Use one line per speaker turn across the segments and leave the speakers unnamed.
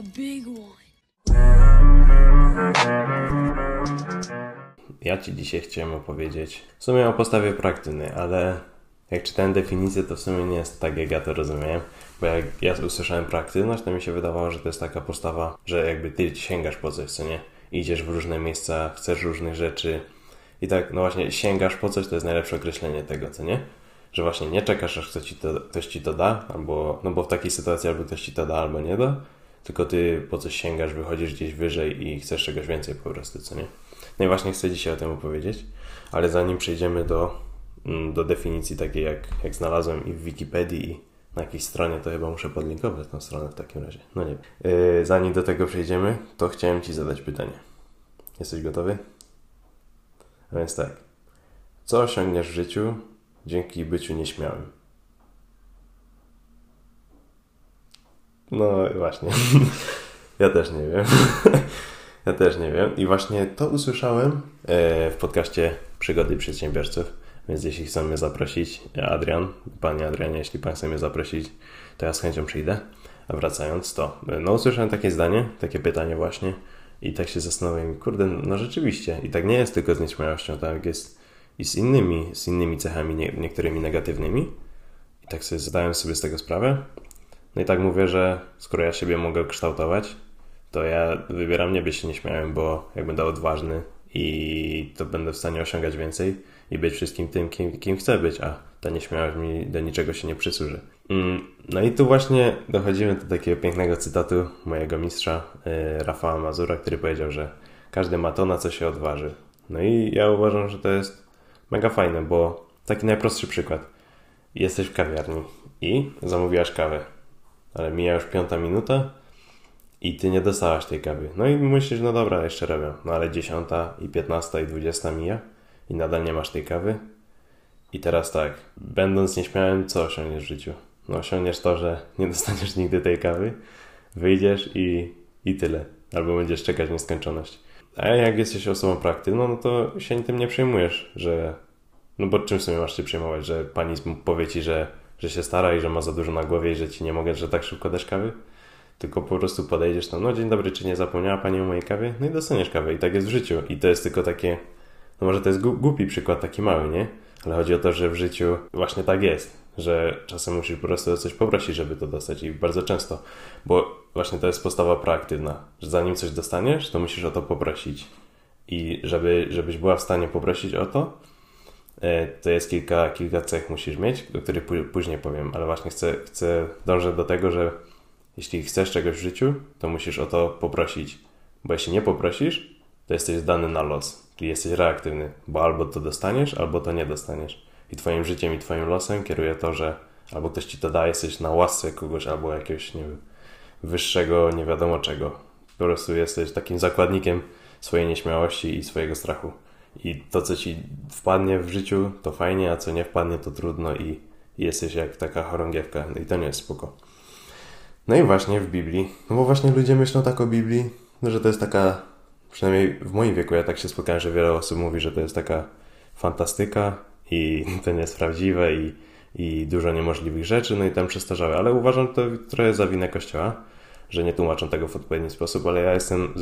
A big one.
Ja Ci dzisiaj chciałem opowiedzieć w sumie o postawie proaktywnej, ale jak czytałem definicję, to w sumie nie jest tak, jak ja to rozumiałem, bo jak ja usłyszałem proaktywność, to mi się wydawało, że to jest taka postawa, że jakby Ty sięgasz po coś, co nie? Idziesz w różne miejsca, chcesz różnych rzeczy i tak, no właśnie sięgasz po coś, to jest najlepsze określenie tego, co nie? Że właśnie nie czekasz, aż ktoś Ci to da, albo, no bo w takiej sytuacji albo ktoś Ci to da, albo nie da, tylko Ty po coś sięgasz, wychodzisz gdzieś wyżej i chcesz czegoś więcej po prostu, co nie? No i właśnie chcę dzisiaj o tym opowiedzieć, ale zanim przejdziemy do definicji takiej, jak znalazłem i w Wikipedii, i na jakiejś stronie, to chyba muszę podlinkować tą stronę w takim razie. No nie wiem. Zanim do tego przejdziemy, to chciałem Ci zadać pytanie. Jesteś gotowy? A więc tak. Co osiągniesz w życiu dzięki byciu nieśmiałym? No właśnie. Ja też nie wiem. Ja też nie wiem. I właśnie to usłyszałem w podcaście Przygody Przedsiębiorców. Więc jeśli chcą mnie zaprosić, Panie Adrianie, jeśli Pan chce mnie zaprosić, to ja z chęcią przyjdę. A wracając, to no usłyszałem takie zdanie, takie pytanie właśnie i tak się zastanawiam, kurde, no rzeczywiście. I tak nie jest tylko z nieśmiałością, tak jest i z innymi cechami, niektórymi negatywnymi. I tak sobie zdałem sobie z tego sprawę. No i tak mówię, że skoro ja siebie mogę kształtować, to ja wybieram nie być się nieśmiałym, bo jak będę odważny i to będę w stanie osiągać więcej i być wszystkim tym, kim chcę być, a ta nieśmiałość mi do niczego się nie przysłuży. No i tu właśnie dochodzimy do takiego pięknego cytatu mojego mistrza Rafała Mazura, który powiedział, że każdy ma to, na co się odważy. No i ja uważam, że to jest mega fajne, bo taki najprostszy przykład. Jesteś w kawiarni i zamówiłaś kawę, ale mija już 5 minuta i ty nie dostałaś tej kawy. No i myślisz, no dobra, jeszcze robię. No ale 10 i 15 i 20 mija i nadal nie masz tej kawy. I teraz tak, będąc nieśmiałym, co osiągniesz w życiu? No osiągniesz to, że nie dostaniesz nigdy tej kawy, wyjdziesz i tyle. Albo będziesz czekać w nieskończoność. A jak jesteś osobą proaktywną, no to się tym nie przejmujesz, że... No bo czym sobie masz się przejmować, że pani powie ci, że się stara i że ma za dużo na głowie i że ci nie mogę, że tak szybko dasz kawy? Tylko po prostu podejdziesz tam, no dzień dobry, czy nie zapomniała Pani o mojej kawie? No i dostaniesz kawę i tak jest w życiu. I to jest tylko takie, no może to jest głupi przykład, taki mały, nie? Ale chodzi o to, że w życiu właśnie tak jest, że czasem musisz po prostu o coś poprosić, żeby to dostać i bardzo często, bo właśnie to jest postawa proaktywna, że zanim coś dostaniesz, to musisz o to poprosić. I żebyś była w stanie poprosić o to, to jest kilka cech musisz mieć, o których później powiem, ale właśnie dążę do tego, że jeśli chcesz czegoś w życiu, to musisz o to poprosić, bo jeśli nie poprosisz, to jesteś zdany na los, czyli jesteś reaktywny, bo albo to dostaniesz, albo to nie dostaniesz. I twoim życiem i twoim losem kieruje to, że albo ktoś ci to da, jesteś na łasce kogoś, albo jakiegoś, nie wiem, wyższego, nie wiadomo czego. Po prostu jesteś takim zakładnikiem swojej nieśmiałości i swojego strachu. I to, co ci wpadnie w życiu, to fajnie, a co nie wpadnie, to trudno i jesteś jak taka chorągiewka. No i to nie jest spoko. No i właśnie w Biblii, no bo właśnie ludzie myślą tak o Biblii, no, że to jest taka, przynajmniej w moim wieku, ja tak się spotkałem, że wiele osób mówi, że to jest taka fantastyka i to nie jest prawdziwe i dużo niemożliwych rzeczy, no i tam przestarzałe, ale uważam to trochę za winę Kościoła, że nie tłumaczą tego w odpowiedni sposób, ale ja jestem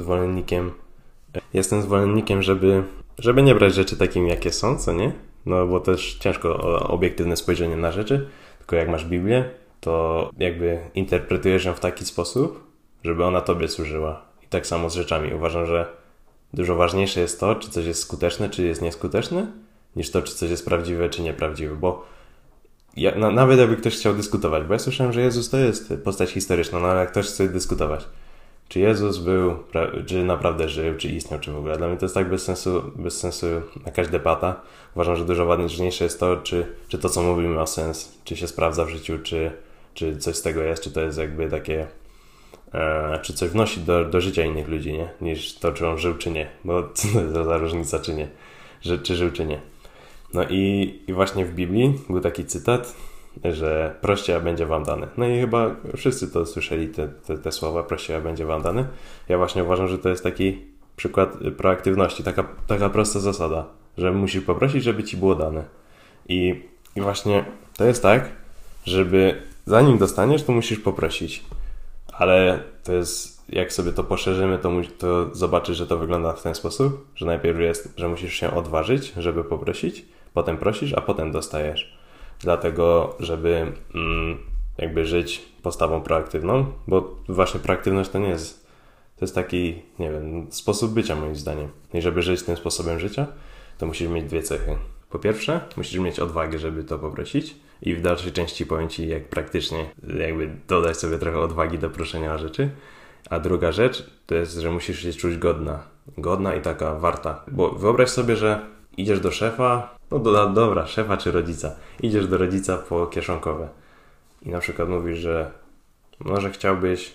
zwolennikiem, żeby nie brać rzeczy takimi, jakie są, co nie? No bo też ciężko o obiektywne spojrzenie na rzeczy, tylko jak masz Biblię, to jakby interpretujesz ją w taki sposób, żeby ona tobie służyła. I tak samo z rzeczami. Uważam, że dużo ważniejsze jest to, czy coś jest skuteczne, czy jest nieskuteczne, niż to, czy coś jest prawdziwe, czy nieprawdziwe. Bo nawet jakby ktoś chciał dyskutować, bo ja słyszałem, że Jezus to jest postać historyczna, no ale jak ktoś chce dyskutować, czy Jezus był, czy naprawdę żył, czy istniał, czy w ogóle. Dla mnie to jest tak bez sensu jakaś debata. Uważam, że dużo ważniejsze jest to, czy to, co mówimy, ma sens, czy się sprawdza w życiu, czy coś z tego jest, czy to jest jakby takie, czy coś wnosi do życia innych ludzi, nie? Niż to, czy on żył, czy nie. Bo co to jest za różnica, czy nie. Czy żył, czy nie. No i właśnie w Biblii był taki cytat, że proście, a będzie wam dane. No i chyba wszyscy to słyszeli, te słowa, proście, a będzie wam dane. Ja właśnie uważam, że to jest taki przykład proaktywności, taka prosta zasada, że musisz poprosić, żeby ci było dane. I właśnie to jest tak, żeby zanim dostaniesz, to musisz poprosić. Ale to jest jak sobie to poszerzymy, to zobaczysz, że to wygląda w ten sposób, że najpierw jest, że musisz się odważyć, żeby poprosić, potem prosisz, a potem dostajesz. Dlatego, żeby jakby żyć postawą proaktywną, bo właśnie proaktywność to jest taki, nie wiem, sposób bycia moim zdaniem. I żeby żyć tym sposobem życia, to musisz mieć dwie cechy. Po pierwsze, musisz mieć odwagę, żeby to poprosić i w dalszej części powiem Ci, jak praktycznie jakby dodać sobie trochę odwagi do proszenia o rzeczy. A druga rzecz to jest, że musisz się czuć godna i taka warta. Bo wyobraź sobie, że idziesz do szefa, dobra, szefa czy rodzica. Idziesz do rodzica po kieszonkowe i na przykład mówisz, że może chciałbyś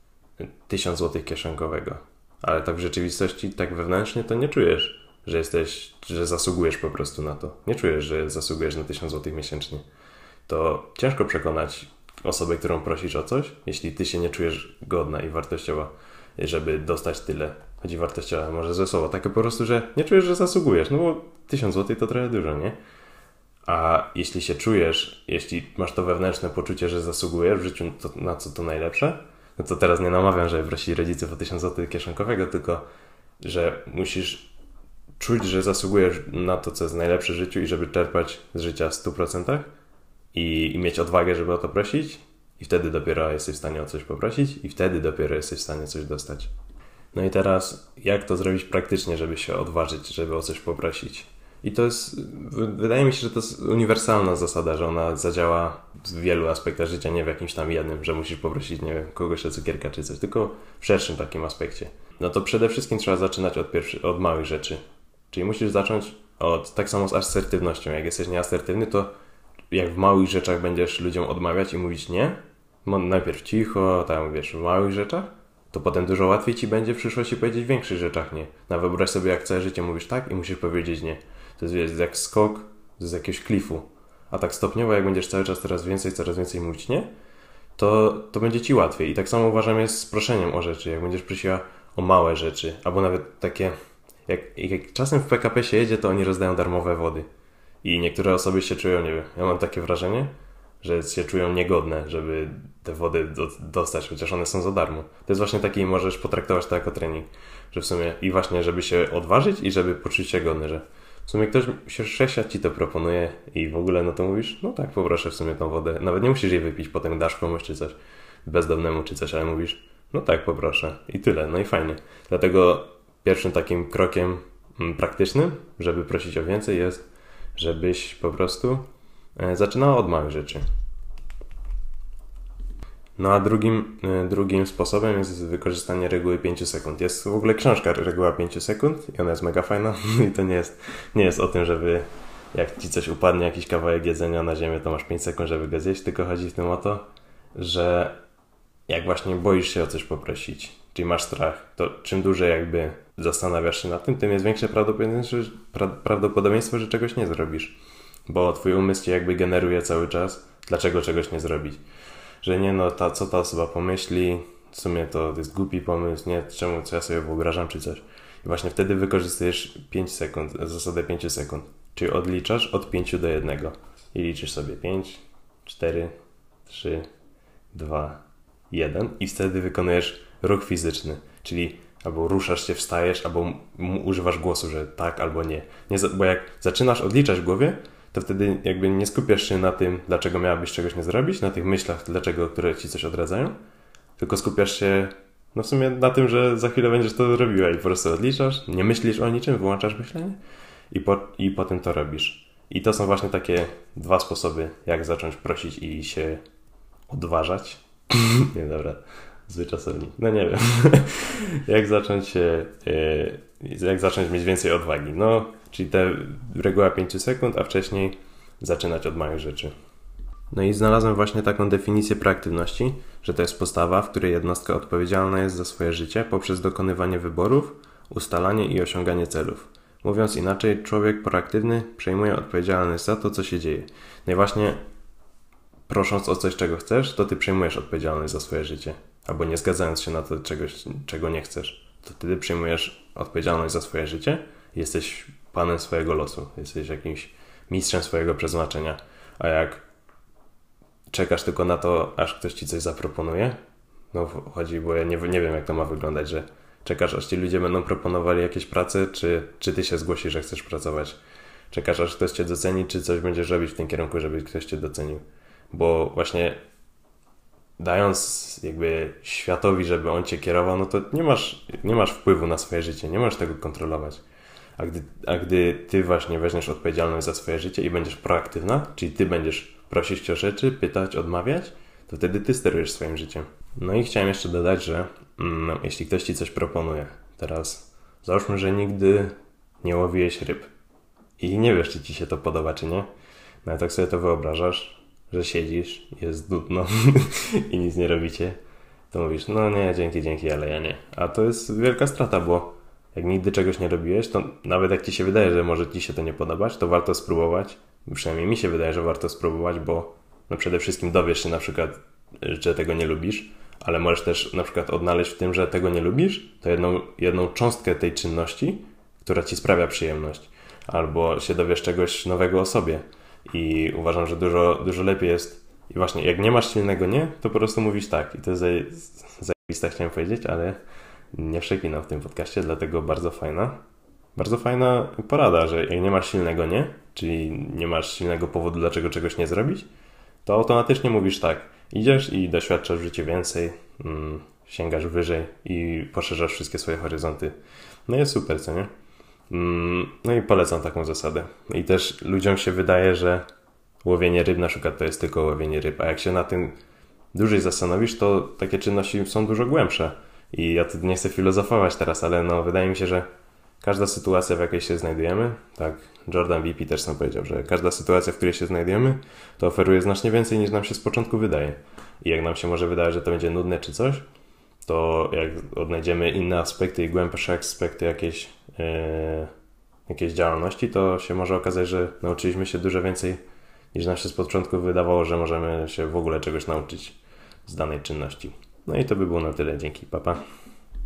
1000 złotych kieszonkowego, ale tak w rzeczywistości, tak wewnętrznie to nie czujesz, że zasługujesz po prostu na to. Nie czujesz, że zasługujesz na 1000 złotych miesięcznie. To ciężko przekonać osobę, którą prosisz o coś, jeśli ty się nie czujesz godna i wartościowa, żeby dostać tyle. Chodzi wartościowa, może ze słowa. Takie po prostu, że nie czujesz, że zasługujesz, no bo 1000 złotych to trochę dużo, nie? A jeśli się czujesz, jeśli masz to wewnętrzne poczucie, że zasługujesz w życiu na co to najlepsze, no to teraz nie namawiam, żeby prosić rodziców o 1000 złotych kieszonkowego, tylko że musisz czuć, że zasługujesz na to, co jest najlepsze w życiu i żeby czerpać z życia w 100% i mieć odwagę, żeby o to prosić i wtedy dopiero jesteś w stanie o coś poprosić i wtedy dopiero jesteś w stanie coś dostać. No i teraz, jak to zrobić praktycznie, żeby się odważyć, żeby o coś poprosić? I to jest, wydaje mi się, że to jest uniwersalna zasada, że ona zadziała w wielu aspektach życia, nie w jakimś tam jednym, że musisz poprosić, nie wiem, kogoś o cukierka czy coś, tylko w szerszym takim aspekcie. No to przede wszystkim trzeba zaczynać od małych rzeczy. Czyli musisz zacząć tak samo z asertywnością. Jak jesteś nieasertywny, to jak w małych rzeczach będziesz ludziom odmawiać i mówić nie, najpierw cicho, tam wiesz, w małych rzeczach, to potem dużo łatwiej ci będzie w przyszłości powiedzieć w większych rzeczach nie. No wyobraź sobie, jak całe życie mówisz tak i musisz powiedzieć nie. To jest jak skok z jakiegoś klifu. A tak stopniowo, jak będziesz cały czas coraz więcej mówić nie, to będzie ci łatwiej. I tak samo uważam jest z proszeniem o rzeczy. Jak będziesz prosiła o małe rzeczy, albo nawet takie, jak czasem w PKP się jedzie, to oni rozdają darmowe wody. I niektóre osoby się czują, nie wiem, ja mam takie wrażenie, że się czują niegodne, żeby te wody dostać, chociaż one są za darmo. To jest właśnie taki, możesz potraktować to jako trening, że w sumie i właśnie, żeby się odważyć i żeby poczuć się godny, że w sumie ktoś ci to proponuje i w ogóle no to mówisz, no tak, poproszę w sumie tą wodę. Nawet nie musisz jej wypić, potem dasz komuś czy coś, bezdomnemu czy coś, ale mówisz, no tak, poproszę i tyle, no i fajnie. Dlatego pierwszym takim krokiem praktycznym, żeby prosić o więcej jest, żebyś po prostu zaczynał od małych rzeczy. No a drugim sposobem jest wykorzystanie reguły 5 sekund. Jest w ogóle książka Reguła 5 sekund i ona jest mega fajna i to nie jest o tym, żeby jak ci coś upadnie, jakiś kawałek jedzenia na ziemię, to masz 5 sekund, żeby go zjeść, tylko chodzi w tym o to, że jak właśnie boisz się o coś poprosić, czyli masz strach, to czym dłużej jakby zastanawiasz się nad tym jest większe prawdopodobieństwo, że czegoś nie zrobisz. Bo twój umysł cię jakby generuje cały czas, dlaczego czegoś nie zrobić. Że nie, no co ta osoba pomyśli, w sumie to jest głupi pomysł, nie, co ja sobie wyobrażam czy coś. I właśnie wtedy wykorzystujesz 5 sekund, zasadę 5 sekund. Czyli odliczasz od 5 do 1 i liczysz sobie 5, 4, 3, 2, 1 i wtedy wykonujesz ruch fizyczny, czyli albo ruszasz się, wstajesz, albo używasz głosu, że tak albo nie. Bo jak zaczynasz odliczać w głowie, to wtedy jakby nie skupiasz się na tym, dlaczego miałabyś czegoś nie zrobić, na tych myślach, które ci coś odradzają, tylko skupiasz się no w sumie na tym, że za chwilę będziesz to robiła i po prostu odliczasz, nie myślisz o niczym, wyłączasz myślenie i potem to robisz. I to są właśnie takie dwa sposoby, jak zacząć prosić i się odważać. Nie, dobra, zły czasownik. No nie wiem. Jak zacząć mieć więcej odwagi. No, czyli reguła 5 sekund, a wcześniej zaczynać od małych rzeczy. No i znalazłem właśnie taką definicję proaktywności, że to jest postawa, w której jednostka odpowiedzialna jest za swoje życie poprzez dokonywanie wyborów, ustalanie i osiąganie celów. Mówiąc inaczej, człowiek proaktywny przejmuje odpowiedzialność za to, co się dzieje. No i właśnie prosząc o coś, czego chcesz, to ty przejmujesz odpowiedzialność za swoje życie. Albo nie zgadzając się na to czegoś, czego nie chcesz, to wtedy przejmujesz odpowiedzialność za swoje życie i jesteś panem swojego losu. Jesteś jakimś mistrzem swojego przeznaczenia. A jak czekasz tylko na to, aż ktoś ci coś zaproponuje, No chodzi, bo ja nie wiem jak to ma wyglądać, że czekasz aż ci ludzie będą proponowali jakieś prace, czy ty się zgłosisz, że chcesz pracować. Czekasz aż ktoś cię doceni, czy coś będziesz robić w tym kierunku, żeby ktoś cię docenił. Bo właśnie dając jakby światowi, żeby on cię kierował, no to nie masz wpływu na swoje życie, nie możesz tego kontrolować. A gdy ty właśnie weźmiesz odpowiedzialność za swoje życie i będziesz proaktywna, czyli ty będziesz prosić o rzeczy, pytać, odmawiać, to wtedy ty sterujesz swoim życiem. No i chciałem jeszcze dodać, że jeśli ktoś ci coś proponuje, teraz załóżmy, że nigdy nie łowiłeś ryb i nie wiesz, czy ci się to podoba, czy nie, no ale tak sobie to wyobrażasz, że siedzisz, jest nudno i nic nie robicie, to mówisz, no nie, dzięki, ale ja nie. A to jest wielka strata, bo jak nigdy czegoś nie robiłeś, to nawet jak ci się wydaje, że może ci się to nie podobać, to warto spróbować. Przynajmniej mi się wydaje, że warto spróbować, bo no przede wszystkim dowiesz się na przykład, że tego nie lubisz, ale możesz też na przykład odnaleźć w tym, że tego nie lubisz, to jedną cząstkę tej czynności, która ci sprawia przyjemność. Albo się dowiesz czegoś nowego o sobie. I uważam, że dużo lepiej jest. I właśnie, jak nie masz silnego nie, to po prostu mówisz tak. I to jest zajebista, chciałem powiedzieć, ale nie przeklinam w tym podcaście, dlatego bardzo fajna porada, że jak nie masz silnego nie, czyli nie masz silnego powodu, dlaczego czegoś nie zrobić, to automatycznie mówisz tak. Idziesz i doświadczasz w życiu więcej, sięgasz wyżej i poszerzasz wszystkie swoje horyzonty. No jest super, co nie? No i polecam taką zasadę. I też ludziom się wydaje, że łowienie ryb na przykład to jest tylko łowienie ryb, a jak się na tym dłużej zastanowisz, to takie czynności są dużo głębsze. I ja tu nie chcę filozofować teraz, ale no wydaje mi się, że każda sytuacja, w jakiej się znajdujemy, tak Jordan B. Peterson powiedział, że każda sytuacja, w której się znajdujemy, to oferuje znacznie więcej niż nam się z początku wydaje. I jak nam się może wydawać, że to będzie nudne czy coś, to jak odnajdziemy inne aspekty i głębsze aspekty jakiejś działalności, to się może okazać, że nauczyliśmy się dużo więcej niż nam się z początku wydawało, że możemy się w ogóle czegoś nauczyć z danej czynności. No i to by było na tyle. Dzięki, pa pa.